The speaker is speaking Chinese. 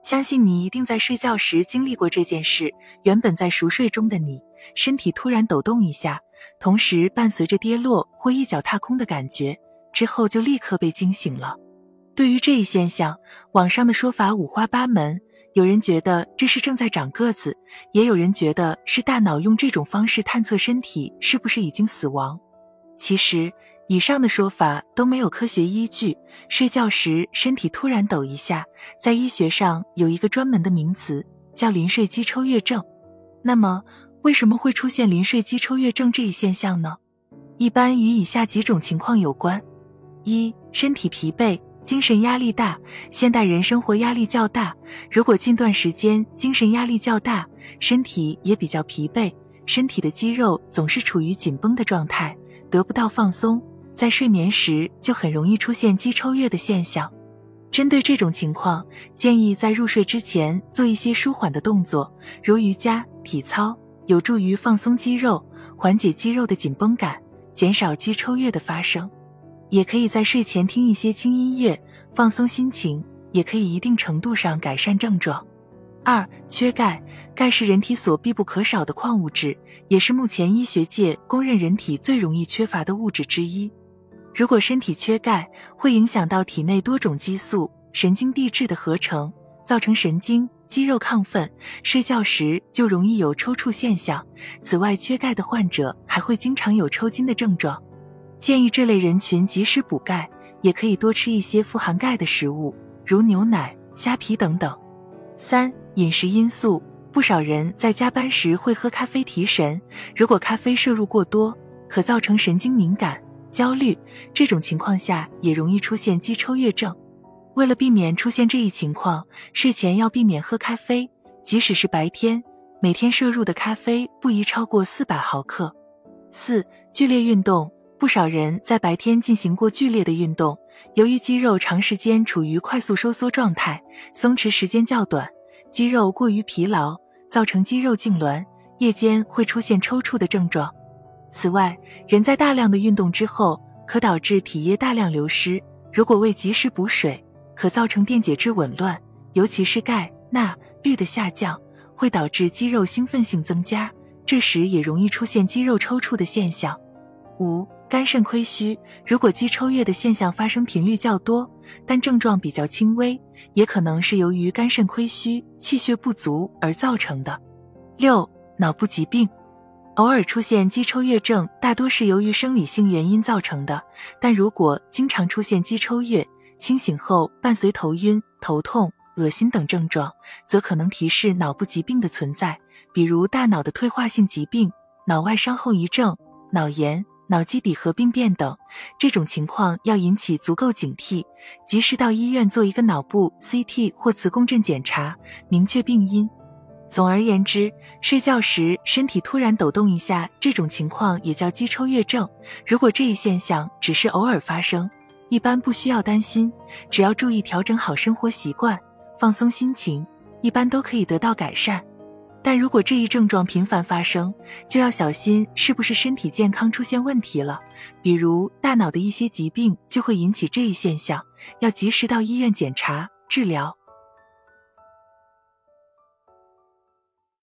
相信你一定在睡觉时经历过这件事，原本在熟睡中的你，身体突然抖动一下，同时伴随着跌落或一脚踏空的感觉，之后就立刻被惊醒了。对于这一现象，网上的说法五花八门，有人觉得这是正在长个子，也有人觉得是大脑用这种方式探测身体是不是已经死亡。其实以上的说法都没有科学依据，睡觉时身体突然抖一下，在医学上有一个专门的名词，叫临睡肌抽跃症。那么为什么会出现临睡肌抽跃症这一现象呢？一般与以下几种情况有关。一、身体疲惫，精神压力大，现代人生活压力较大，如果近段时间精神压力较大，身体也比较疲惫，身体的肌肉总是处于紧绷的状态，得不到放松，在睡眠时就很容易出现肌抽跃的现象。针对这种情况，建议在入睡之前做一些舒缓的动作，如瑜伽、体操，有助于放松肌肉，缓解肌肉的紧绷感，减少肌抽跃的发生。也可以在睡前听一些轻音乐，放松心情，也可以一定程度上改善症状。二、缺钙，钙是人体所必不可少的矿物质，也是目前医学界公认人体最容易缺乏的物质之一。如果身体缺钙，会影响到体内多种激素、神经递质的合成，造成神经、肌肉亢奋，睡觉时就容易有抽搐现象。此外，缺钙的患者还会经常有抽筋的症状。建议这类人群及时补钙，也可以多吃一些富含钙的食物，如牛奶、虾皮等等。三、饮食因素，不少人在加班时会喝咖啡提神，如果咖啡摄入过多，可造成神经敏感、焦虑，这种情况下也容易出现肌抽跃症。为了避免出现这一情况，睡前要避免喝咖啡，即使是白天，每天摄入的咖啡不宜超过400毫克。四、剧烈运动，不少人在白天进行过剧烈的运动，由于肌肉长时间处于快速收缩状态，松弛时间较短，肌肉过于疲劳，造成肌肉痉挛，夜间会出现抽搐的症状。此外，人在大量的运动之后，可导致体液大量流失，如果未及时补水，可造成电解质紊乱，尤其是钙、钠、氯的下降，会导致肌肉兴奋性增加，这时也容易出现肌肉抽搐的现象。五、肝肾亏虚，如果肌抽跃的现象发生频率较多，但症状比较轻微，也可能是由于肝肾亏虚、气血不足而造成的。六、脑部疾病，偶尔出现肌抽跃症大多是由于生理性原因造成的，但如果经常出现肌抽跃，清醒后伴随头晕、头痛、恶心等症状，则可能提示脑部疾病的存在，比如大脑的退化性疾病、脑外伤后遗症、脑炎、脑基底核病变等。这种情况要引起足够警惕，及时到医院做一个脑部 CT 或磁共振检查，明确病因。总而言之，睡觉时身体突然抖动一下，这种情况也叫肌抽跃症。如果这一现象只是偶尔发生，一般不需要担心，只要注意调整好生活习惯，放松心情，一般都可以得到改善。但如果这一症状频繁发生，就要小心是不是身体健康出现问题了，比如大脑的一些疾病就会引起这一现象，要及时到医院检查、治疗。